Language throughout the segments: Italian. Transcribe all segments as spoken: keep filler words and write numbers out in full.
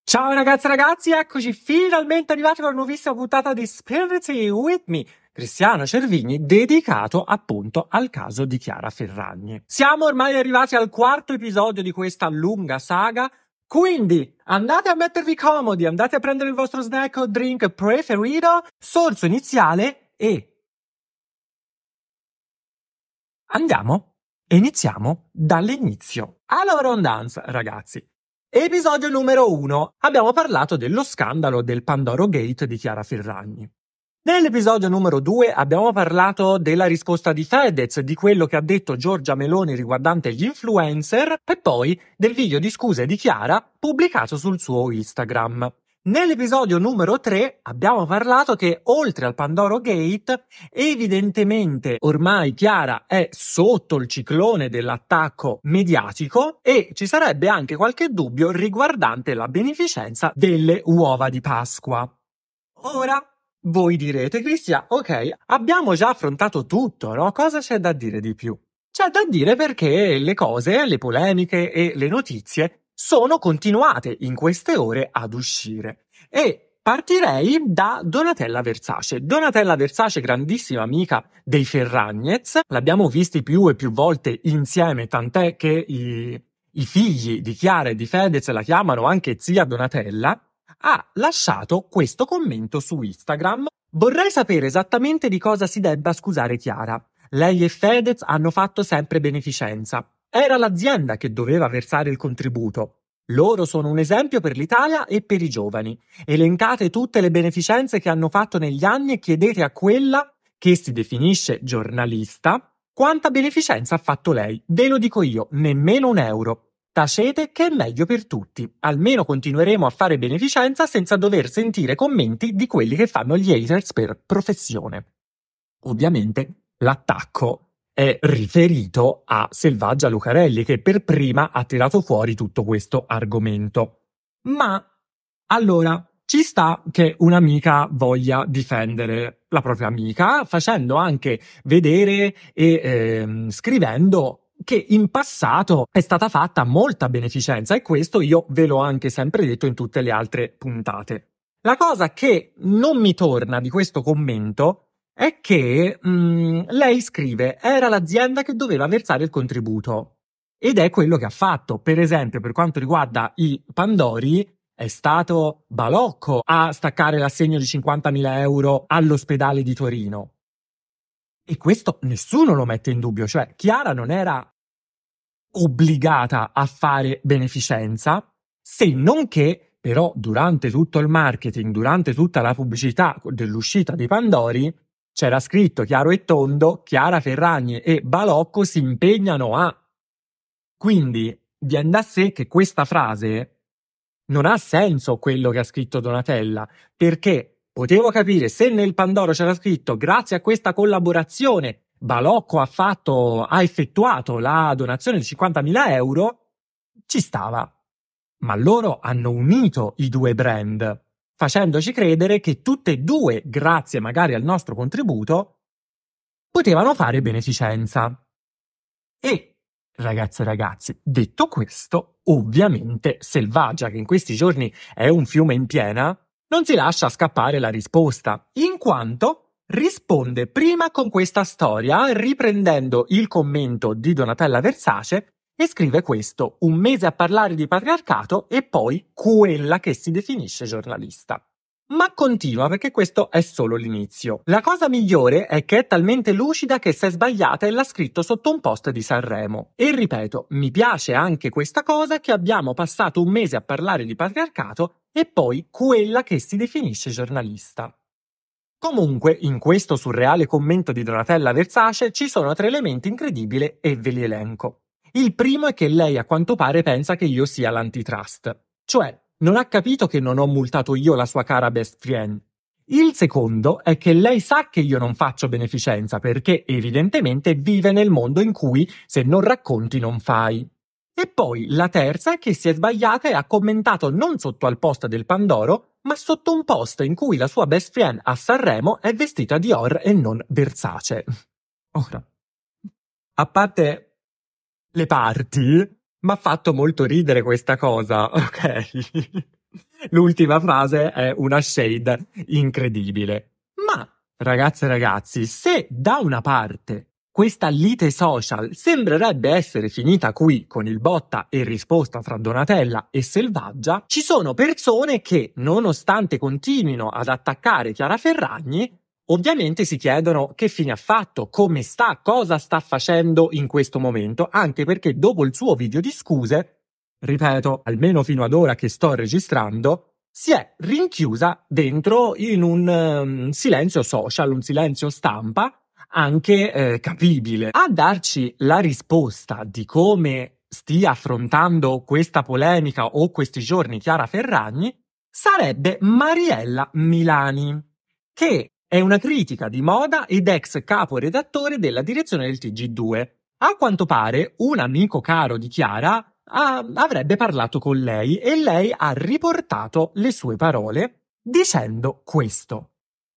Ciao ragazze e ragazzi, eccoci finalmente arrivati con una nuovissima puntata di Spirity with Me, Cristiano Cervigni, dedicato appunto al caso di Chiara Ferragni. Siamo ormai arrivati al quarto episodio di questa lunga saga, quindi andate a mettervi comodi, andate a prendere il vostro snack o drink preferito, sorso iniziale e andiamo e iniziamo dall'inizio. Allora on dance, ragazzi. Episodio numero uno. Abbiamo parlato dello scandalo del Pandoro Gate di Chiara Ferragni. Nell'episodio numero due abbiamo parlato della risposta di Fedez, di quello che ha detto Giorgia Meloni riguardante gli influencer e poi del video di scuse di Chiara pubblicato sul suo Instagram. Nell'episodio numero tre abbiamo parlato che oltre al Pandoro Gate, evidentemente ormai Chiara è sotto il ciclone dell'attacco mediatico e ci sarebbe anche qualche dubbio riguardante la beneficenza delle uova di Pasqua. Ora voi direte, Cristian, ok, abbiamo già affrontato tutto, no? Cosa c'è da dire di più? C'è da dire perché le cose, le polemiche e le notizie sono continuate in queste ore ad uscire. E partirei da Donatella Versace. Donatella Versace, grandissima amica dei Ferragnez, l'abbiamo visti più e più volte insieme, tant'è che i, i figli di Chiara e di Fedez la chiamano anche zia Donatella, ha lasciato questo commento su Instagram. Vorrei sapere esattamente di cosa si debba scusare Chiara. Lei e Fedez hanno fatto sempre beneficenza. Era l'azienda che doveva versare il contributo. Loro sono un esempio per l'Italia e per i giovani. Elencate tutte le beneficenze che hanno fatto negli anni e chiedete a quella che si definisce giornalista quanta beneficenza ha fatto lei. Ve lo dico io, nemmeno un euro. Tacete che è meglio per tutti. Almeno continueremo a fare beneficenza senza dover sentire commenti di quelli che fanno gli haters per professione. Ovviamente l'attacco è riferito a Selvaggia Lucarelli, che per prima ha tirato fuori tutto questo argomento. Ma allora ci sta che un'amica voglia difendere la propria amica, facendo anche vedere e ehm, scrivendo che in passato è stata fatta molta beneficenza, e questo io ve l'ho anche sempre detto in tutte le altre puntate. La cosa che non mi torna di questo commento è che mh, lei scrive era l'azienda che doveva versare il contributo, ed è quello che ha fatto. Per esempio, per quanto riguarda i Pandori, è stato Balocco a staccare l'assegno di cinquantamila euro all'ospedale di Torino. E questo nessuno lo mette in dubbio, cioè Chiara non era obbligata a fare beneficenza, se non che però durante tutto il marketing, durante tutta la pubblicità dell'uscita di Pandori, c'era scritto chiaro e tondo: Chiara Ferragni e Balocco si impegnano a. Quindi viene da sé che questa frase non ha senso, quello che ha scritto Donatella, perché potevo capire se nel Pandoro c'era scritto grazie a questa collaborazione Balocco ha fatto, ha effettuato la donazione di cinquantamila euro, ci stava. Ma loro hanno unito i due brand, facendoci credere che tutte e due, grazie magari al nostro contributo, potevano fare beneficenza. E, ragazze e ragazzi, detto questo, ovviamente Selvaggia, che in questi giorni è un fiume in piena, non si lascia scappare la risposta, in quanto risponde prima con questa storia, riprendendo il commento di Donatella Versace, e scrive questo: un mese a parlare di patriarcato e poi quella che si definisce giornalista. Ma continua, perché questo è solo l'inizio. La cosa migliore è che è talmente lucida che se è sbagliata e l'ha scritto sotto un post di Sanremo. E ripeto, mi piace anche questa cosa che abbiamo passato un mese a parlare di patriarcato e poi quella che si definisce giornalista. Comunque, in questo surreale commento di Donatella Versace ci sono tre elementi incredibili e ve li elenco. Il primo è che lei a quanto pare pensa che io sia l'antitrust, cioè non ha capito che non ho multato io la sua cara best friend. Il secondo è che lei sa che io non faccio beneficenza perché evidentemente vive nel mondo in cui se non racconti non fai. E poi la terza è che si è sbagliata e ha commentato non sotto al post del Pandoro, ma sotto un post in cui la sua best friend a Sanremo è vestita Dior e non Versace. Ora, a parte le parti, mi ha fatto molto ridere questa cosa, ok? L'ultima frase è una shade incredibile. Ma, ragazze e ragazzi, se da una parte questa lite social sembrerebbe essere finita qui con il botta e risposta fra Donatella e Selvaggia, ci sono persone che, nonostante continuino ad attaccare Chiara Ferragni, ovviamente si chiedono che fine ha fatto, come sta, cosa sta facendo in questo momento, anche perché dopo il suo video di scuse, ripeto, almeno fino ad ora che sto registrando, si è rinchiusa dentro in un um, silenzio social, un silenzio stampa, anche eh, capibile. A darci la risposta di come stia affrontando questa polemica o questi giorni Chiara Ferragni sarebbe Mariella Milani, che è una critica di moda ed ex caporedattore della direzione del T G due. A quanto pare, un amico caro di Chiara ah, avrebbe parlato con lei e lei ha riportato le sue parole dicendo questo.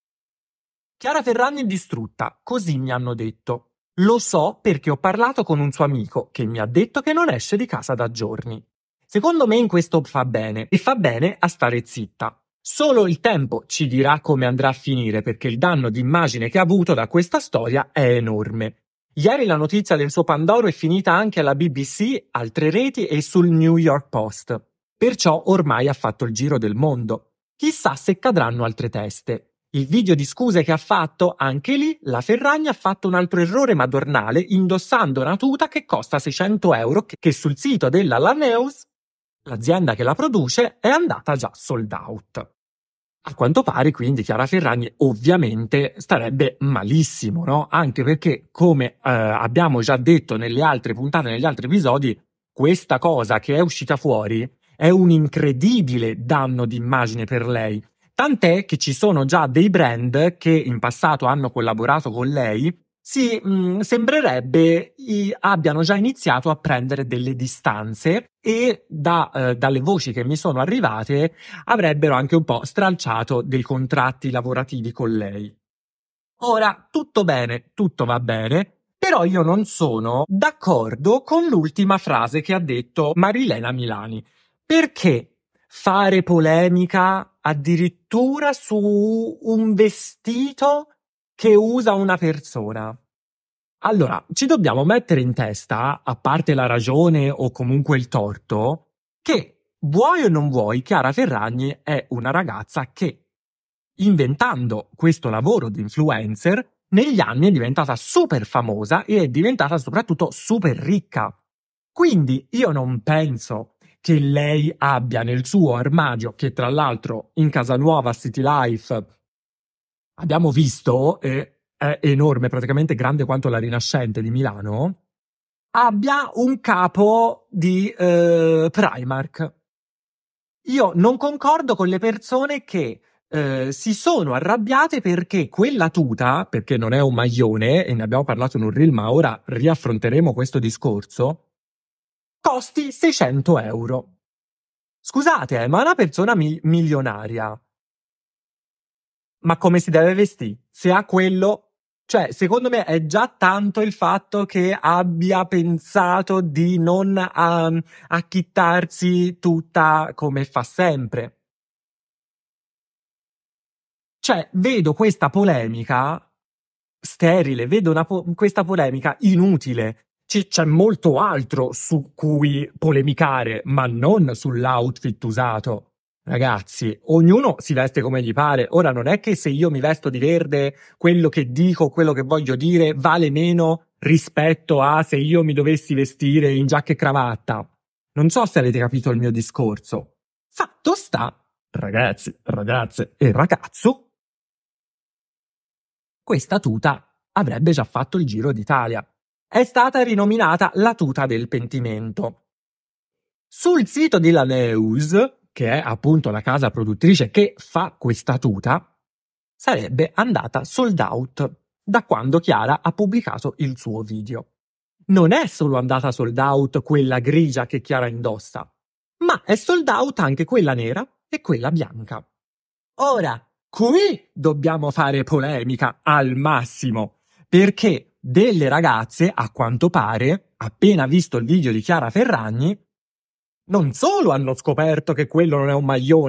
Chiara Ferragni è distrutta, così mi hanno detto. Lo so perché ho parlato con un suo amico che mi ha detto che non esce di casa da giorni. Secondo me in questo fa bene e fa bene a stare zitta. Solo il tempo ci dirà come andrà a finire perché il danno d'immagine che ha avuto da questa storia è enorme. Ieri la notizia del suo Pandoro è finita anche alla B B C, altre reti e sul New York Post. Perciò ormai ha fatto il giro del mondo. Chissà se cadranno altre teste. Il video di scuse che ha fatto, anche lì, la Ferragni ha fatto un altro errore madornale indossando una tuta che costa seicento euro che sul sito della Laneus, l'azienda che la produce, è andata già sold out. A quanto pare, quindi, Chiara Ferragni ovviamente starebbe malissimo, no? Anche perché, come eh, abbiamo già detto nelle altre puntate, negli altri episodi, questa cosa che è uscita fuori è un incredibile danno d'immagine per lei. Tant'è che ci sono già dei brand che in passato hanno collaborato con lei, si mh, sembrerebbe i, abbiano già iniziato a prendere delle distanze e da, eh, dalle voci che mi sono arrivate avrebbero anche un po' stralciato dei contratti lavorativi con lei. Ora, tutto bene, tutto va bene, però io non sono d'accordo con l'ultima frase che ha detto Marilena Milani. Perché fare polemica addirittura su un vestito che usa una persona? Allora, ci dobbiamo mettere in testa, a parte la ragione o comunque il torto, che vuoi o non vuoi, Chiara Ferragni è una ragazza che, inventando questo lavoro di influencer, negli anni è diventata super famosa e è diventata soprattutto super ricca. Quindi io non penso che lei abbia nel suo armadio, che tra l'altro in casa nuova City Life abbiamo visto, e è enorme, praticamente grande quanto la Rinascente di Milano, abbia un capo di eh, Primark. Io non concordo con le persone che eh, si sono arrabbiate perché quella tuta, perché non è un maglione, e ne abbiamo parlato in un reel, ma ora riaffronteremo questo discorso, costi seicento euro. Scusate, eh, ma una persona mi- milionaria, ma come si deve vestire? Se ha quello... Cioè, secondo me è già tanto il fatto che abbia pensato di non um, acchittarsi tutta come fa sempre. Cioè, vedo questa polemica sterile, vedo una po- questa polemica inutile. C- c'è molto altro su cui polemicare, ma non sull'outfit usato. Ragazzi, ognuno si veste come gli pare. Ora non è che se io mi vesto di verde, quello che dico, quello che voglio dire, vale meno rispetto a se io mi dovessi vestire in giacca e cravatta. Non so se avete capito il mio discorso. Fatto sta, ragazzi, ragazze e ragazzo, questa tuta avrebbe già fatto il giro d'Italia. È stata rinominata la tuta del pentimento. Sul sito di Laneus, che è appunto la casa produttrice che fa questa tuta, sarebbe andata sold out da quando Chiara ha pubblicato il suo video. Non è solo andata sold out quella grigia che Chiara indossa, ma è sold out anche quella nera e quella bianca. Ora, qui dobbiamo fare polemica al massimo, perché delle ragazze, a quanto pare, appena visto il video di Chiara Ferragni, non solo hanno scoperto che quello non è un maglione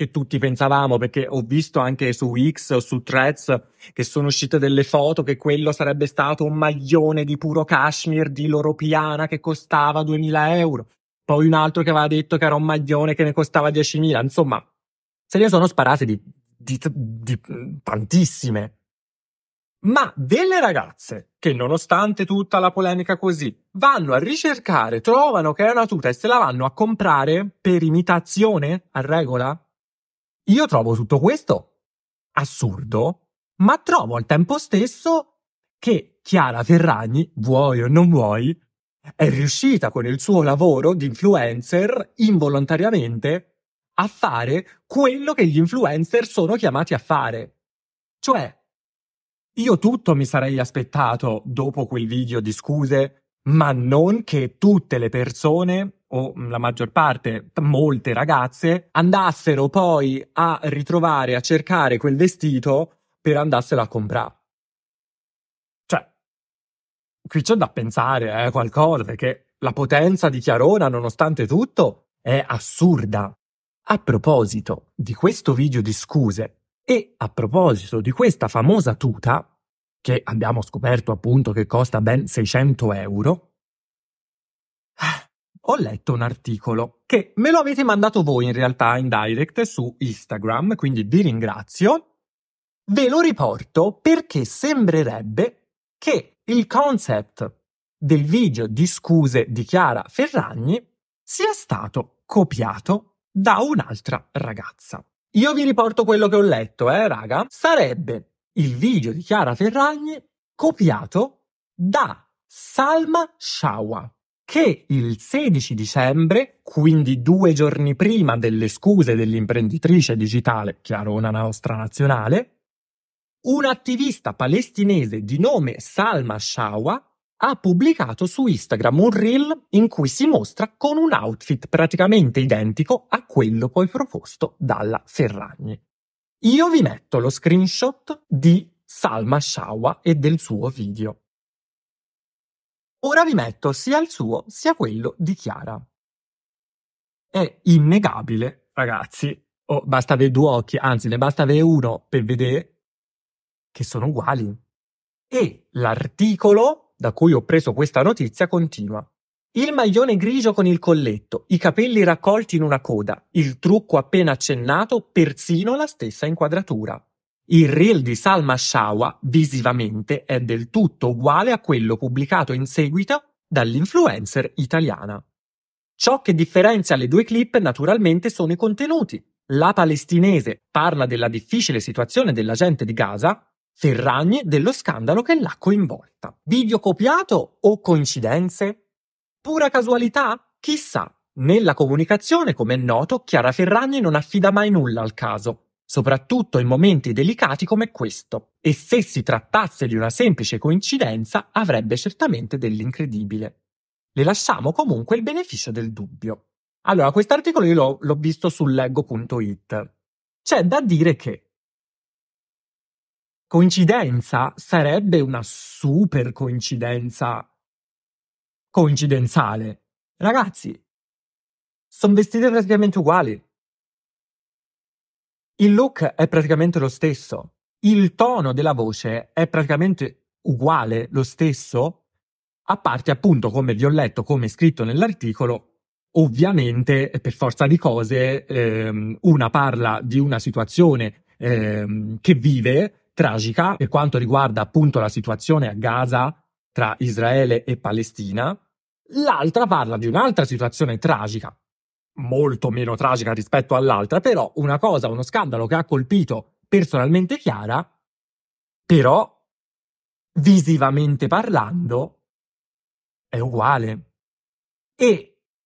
che tutti pensavamo, perché ho visto anche su X o su Threads che sono uscite delle foto che quello sarebbe stato un maglione di puro cashmere di Loro Piana che costava duemila euro, poi un altro che aveva detto che era un maglione che ne costava diecimila, insomma se ne sono sparate di, di, di, di tantissime. Ma delle ragazze che, nonostante tutta la polemica così, vanno a ricercare, trovano che è una tuta e se la vanno a comprare per imitazione a regola, io trovo tutto questo assurdo, ma trovo al tempo stesso che Chiara Ferragni, vuoi o non vuoi, è riuscita con il suo lavoro di influencer involontariamente a fare quello che gli influencer sono chiamati a fare. Cioè, io tutto mi sarei aspettato dopo quel video di scuse, ma non che tutte le persone, o la maggior parte, molte ragazze, andassero poi a ritrovare, a cercare quel vestito per andarselo a comprare. Cioè, qui c'è da pensare, eh, qualcosa, perché la potenza di Chiarona, nonostante tutto, è assurda. A proposito di questo video di scuse, e a proposito di questa famosa tuta, che abbiamo scoperto appunto che costa ben seicento euro, ho letto un articolo che me lo avete mandato voi in realtà in direct su Instagram, quindi vi ringrazio. Ve lo riporto perché sembrerebbe che il concept del video di scuse di Chiara Ferragni sia stato copiato da un'altra ragazza. Io vi riporto quello che ho letto, eh, raga. Sarebbe il video di Chiara Ferragni copiato da Salma Shawa, che il sedici dicembre, quindi due giorni prima delle scuse dell'imprenditrice digitale Chiarona Nostra Nazionale, un attivista palestinese di nome Salma Shawa ha pubblicato su Instagram un reel in cui si mostra con un outfit praticamente identico a quello poi proposto dalla Ferragni. Io vi metto lo screenshot di Salma Shawa e del suo video. Ora vi metto sia il suo sia quello di Chiara. È innegabile, ragazzi, oh, basta avere due occhi, anzi ne basta avere uno per vedere che sono uguali. E l'articolo da cui ho preso questa notizia continua. Il maglione grigio con il colletto, i capelli raccolti in una coda, il trucco appena accennato, persino la stessa inquadratura. Il reel di Salma Shawa visivamente è del tutto uguale a quello pubblicato in seguito dall'influencer italiana. Ciò che differenzia le due clip naturalmente sono i contenuti. La palestinese parla della difficile situazione della gente di Gaza, Ferragni dello scandalo che l'ha coinvolta. Video copiato o coincidenze? Pura casualità? Chissà. Nella comunicazione, come è noto, Chiara Ferragni non affida mai nulla al caso, soprattutto in momenti delicati come questo. E se si trattasse di una semplice coincidenza, avrebbe certamente dell'incredibile. Le lasciamo comunque il beneficio del dubbio. Allora, quest'articolo io l'ho, l'ho visto su leggo punto it. C'è da dire che coincidenza sarebbe una super coincidenza coincidenziale. Ragazzi, sono vestite praticamente uguali. Il look è praticamente lo stesso. Il tono della voce è praticamente uguale, lo stesso. A parte appunto, come vi ho letto, come scritto nell'articolo, ovviamente per forza di cose ehm, una parla di una situazione ehm, che vive, tragica, per quanto riguarda appunto la situazione a Gaza tra Israele e Palestina, l'altra parla di un'altra situazione tragica, molto meno tragica rispetto all'altra, però una cosa, uno scandalo che ha colpito personalmente Chiara, però visivamente parlando è uguale. E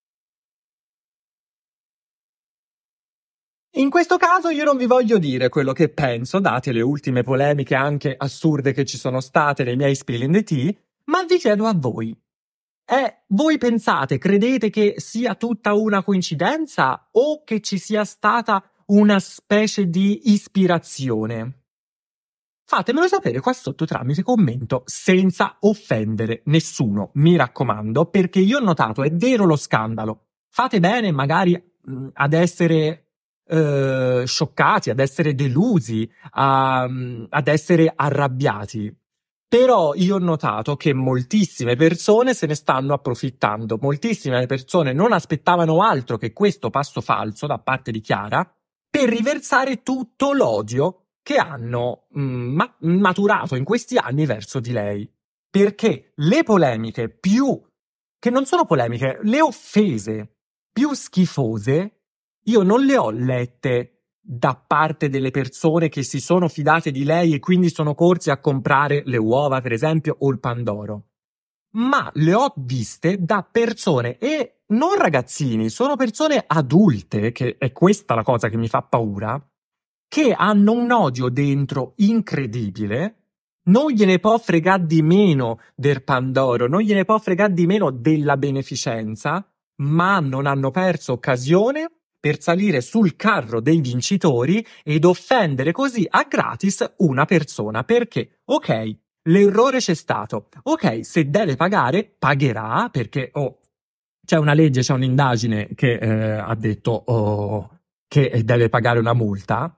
in questo caso io non vi voglio dire quello che penso, date le ultime polemiche anche assurde che ci sono state nei miei spill in the tea, ma vi chiedo a voi. Eh, voi pensate, credete che sia tutta una coincidenza o che ci sia stata una specie di ispirazione? Fatemelo sapere qua sotto tramite commento, senza offendere nessuno, mi raccomando, perché io ho notato, è vero lo scandalo. Fate bene magari mh, ad essere... Uh, eh, scioccati, ad essere delusi, a, ad essere arrabbiati. Però io ho notato che moltissime persone se ne stanno approfittando, moltissime persone non aspettavano altro che questo passo falso da parte di Chiara per riversare tutto l'odio che hanno mh, ma- maturato in questi anni verso di lei. Perché le polemiche più, che non sono polemiche, le offese più schifose, io non le ho lette da parte delle persone che si sono fidate di lei e quindi sono corsi a comprare le uova, per esempio, o il pandoro. Ma le ho viste da persone, e non ragazzini, sono persone adulte, che è questa la cosa che mi fa paura, che hanno un odio dentro incredibile, non gliene può fregare di meno del pandoro, non gliene può fregare di meno della beneficenza, ma non hanno perso occasione per salire sul carro dei vincitori ed offendere così a gratis una persona. Perché, ok, l'errore c'è stato, ok, se deve pagare, pagherà, perché oh, c'è una legge, c'è un'indagine che eh, ha detto oh, che deve pagare una multa,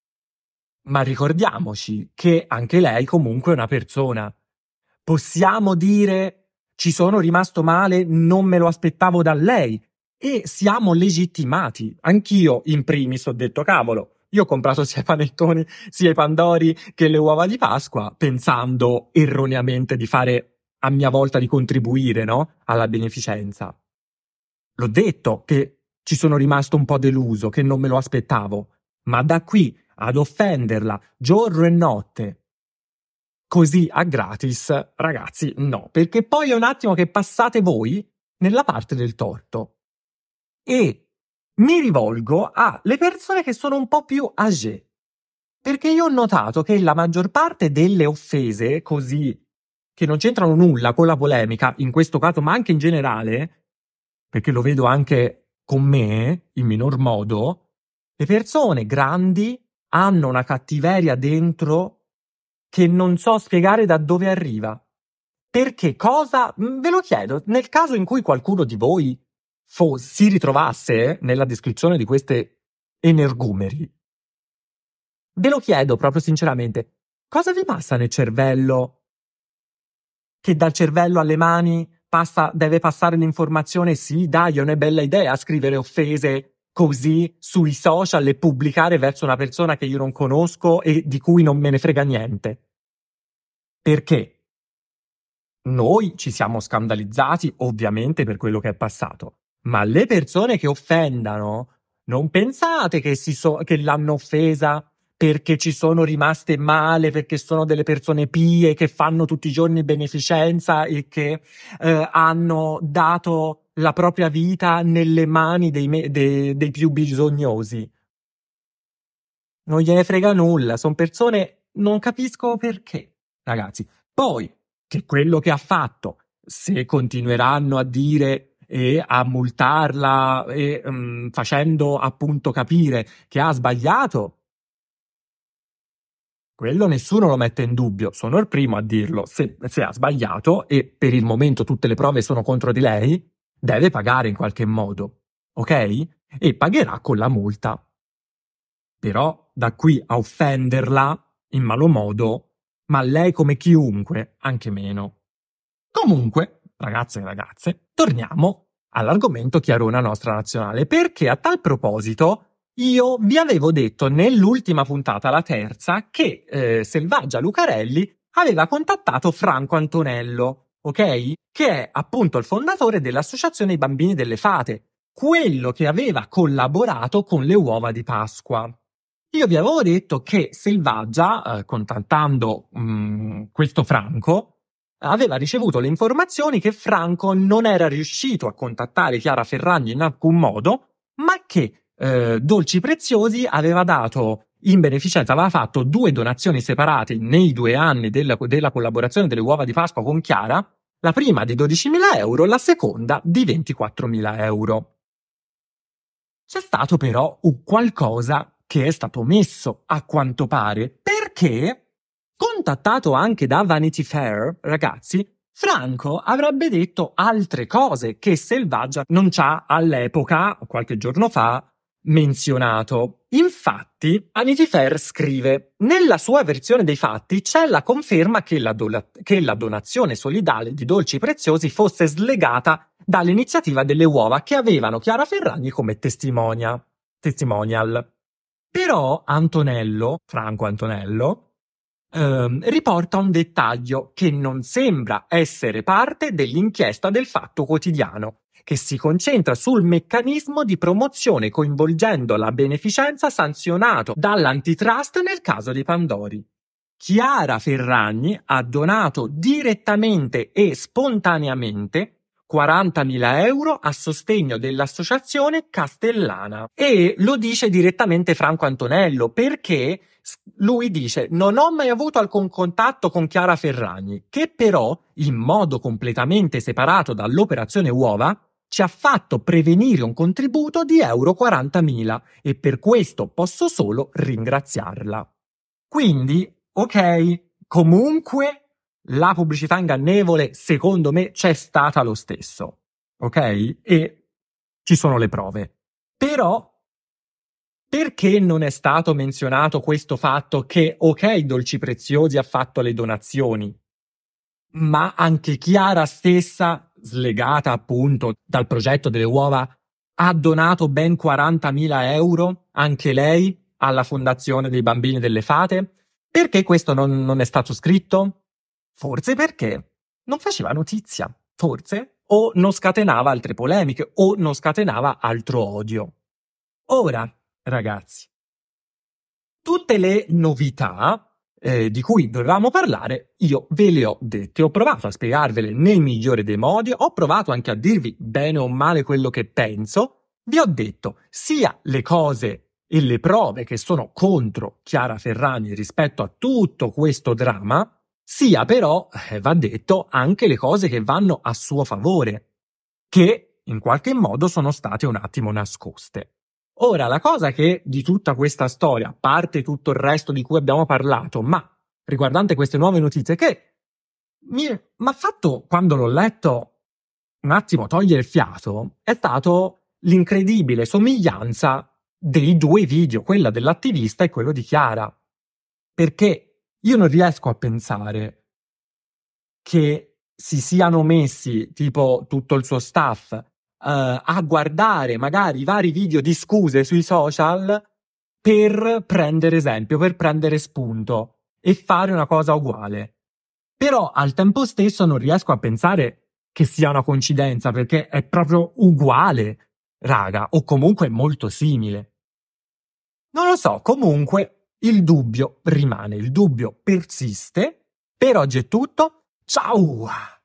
ma ricordiamoci che anche lei comunque è una persona. Possiamo dire ci sono rimasto male, non me lo aspettavo da lei, e siamo legittimati. Anch'io in primis ho detto cavolo, io ho comprato sia i panettoni sia i pandori che le uova di Pasqua, pensando erroneamente di fare a mia volta, di contribuire, no? Alla beneficenza. L'ho detto che ci sono rimasto un po' deluso, che non me lo aspettavo, ma da qui ad offenderla giorno e notte così a gratis, ragazzi, no, perché poi è un attimo che passate voi nella parte del torto. E mi rivolgo alle persone che sono un po' più âgé, perché io ho notato che la maggior parte delle offese, così, che non c'entrano nulla con la polemica, in questo caso, ma anche in generale, perché lo vedo anche con me, in minor modo, le persone grandi hanno una cattiveria dentro che non so spiegare da dove arriva. Perché cosa? Ve lo chiedo, nel caso in cui qualcuno di voi fo- si ritrovasse nella descrizione di queste energumeri, ve lo chiedo proprio sinceramente, cosa vi passa nel cervello che dal cervello alle mani passa, deve passare l'informazione? Sì, dai, è una bella idea scrivere offese così sui social e pubblicare verso una persona che io non conosco e di cui non me ne frega niente. Perché? Noi ci siamo scandalizzati ovviamente per quello che è passato, ma le persone che offendano, non pensate che, si so- che l'hanno offesa perché ci sono rimaste male, perché sono delle persone pie che fanno tutti i giorni beneficenza e che eh, hanno dato la propria vita nelle mani dei, me- dei, dei più bisognosi. Non gliene frega nulla, sono persone, non capisco perché, ragazzi. Poi, che quello che ha fatto, se continueranno a dire e a multarla e um, facendo appunto capire che ha sbagliato, quello nessuno lo mette in dubbio, sono il primo a dirlo. Se, se ha sbagliato e per il momento tutte le prove sono contro di lei, deve pagare in qualche modo, ok? E pagherà con la multa. Però da qui a offenderla in malo modo, ma lei come chiunque, anche meno. Comunque, ragazze e ragazze, torniamo all'argomento Chiarona nostra nazionale, perché a tal proposito io vi avevo detto nell'ultima puntata, la terza, che eh, Selvaggia Lucarelli aveva contattato Franco Antonello, ok? Che è appunto il fondatore dell'Associazione I Bambini delle Fate, quello che aveva collaborato con le uova di Pasqua. Io vi avevo detto che Selvaggia, eh, contattando mh, questo Franco, aveva ricevuto le informazioni che Franco non era riuscito a contattare Chiara Ferragni in alcun modo, ma che eh, Dolci Preziosi aveva dato in beneficenza, aveva fatto due donazioni separate nei due anni della, della collaborazione delle uova di Pasqua con Chiara, la prima di dodicimila euro, la seconda di ventiquattromila euro. C'è stato però un qualcosa che è stato omesso, a quanto pare, perché, contattato anche da Vanity Fair, ragazzi, Franco avrebbe detto altre cose che Selvaggia non c'ha all'epoca, qualche giorno fa, menzionato. Infatti, Vanity Fair scrive: nella sua versione dei fatti c'è la conferma che la, do- che la donazione solidale di dolci preziosi fosse slegata dall'iniziativa delle uova che avevano Chiara Ferragni come testimonia, testimonial. Però Antonello, Franco Antonello, ehm, riporta un dettaglio che non sembra essere parte dell'inchiesta del Fatto Quotidiano, che si concentra sul meccanismo di promozione coinvolgendo la beneficenza sanzionato dall'antitrust nel caso di Pandori. Chiara Ferragni ha donato direttamente e spontaneamente quarantamila euro a sostegno dell'associazione Castellana. E lo dice direttamente Franco Antonello, perché lui dice: non ho mai avuto alcun contatto con Chiara Ferragni, che però, in modo completamente separato dall'operazione uova, ci ha fatto prevenire un contributo di euro quarantamila e per questo posso solo ringraziarla. Quindi, ok, comunque la pubblicità ingannevole, secondo me, c'è stata lo stesso, ok? E ci sono le prove. Però, perché non è stato menzionato questo fatto che, ok, Dolci Preziosi ha fatto le donazioni, ma anche Chiara stessa, slegata appunto dal progetto delle uova, ha donato ben quarantamila euro, anche lei, alla Fondazione dei Bambini delle Fate? Perché questo non, non è stato scritto? Forse perché non faceva notizia, forse, o non scatenava altre polemiche, o non scatenava altro odio. Ora, ragazzi, tutte le novità eh, di cui dovevamo parlare, io ve le ho dette, ho provato a spiegarvele nel migliore dei modi, ho provato anche a dirvi bene o male quello che penso, vi ho detto sia le cose e le prove che sono contro Chiara Ferragni rispetto a tutto questo dramma, sia però, eh, va detto, anche le cose che vanno a suo favore, che in qualche modo sono state un attimo nascoste. Ora, la cosa che di tutta questa storia, a parte tutto il resto di cui abbiamo parlato, ma riguardante queste nuove notizie, che mi ha fatto, quando l'ho letto, un attimo togliere il fiato, è stato l'incredibile somiglianza dei due video, quella dell'attivista e quello di Chiara. Perché io non riesco a pensare che si siano messi, tipo tutto il suo staff, Uh, a guardare magari i vari video di scuse sui social per prendere esempio, per prendere spunto e fare una cosa uguale. Però al tempo stesso non riesco a pensare che sia una coincidenza, perché è proprio uguale, raga, o comunque molto simile. Non lo so, comunque il dubbio rimane, il dubbio persiste. Per oggi è tutto. Ciao!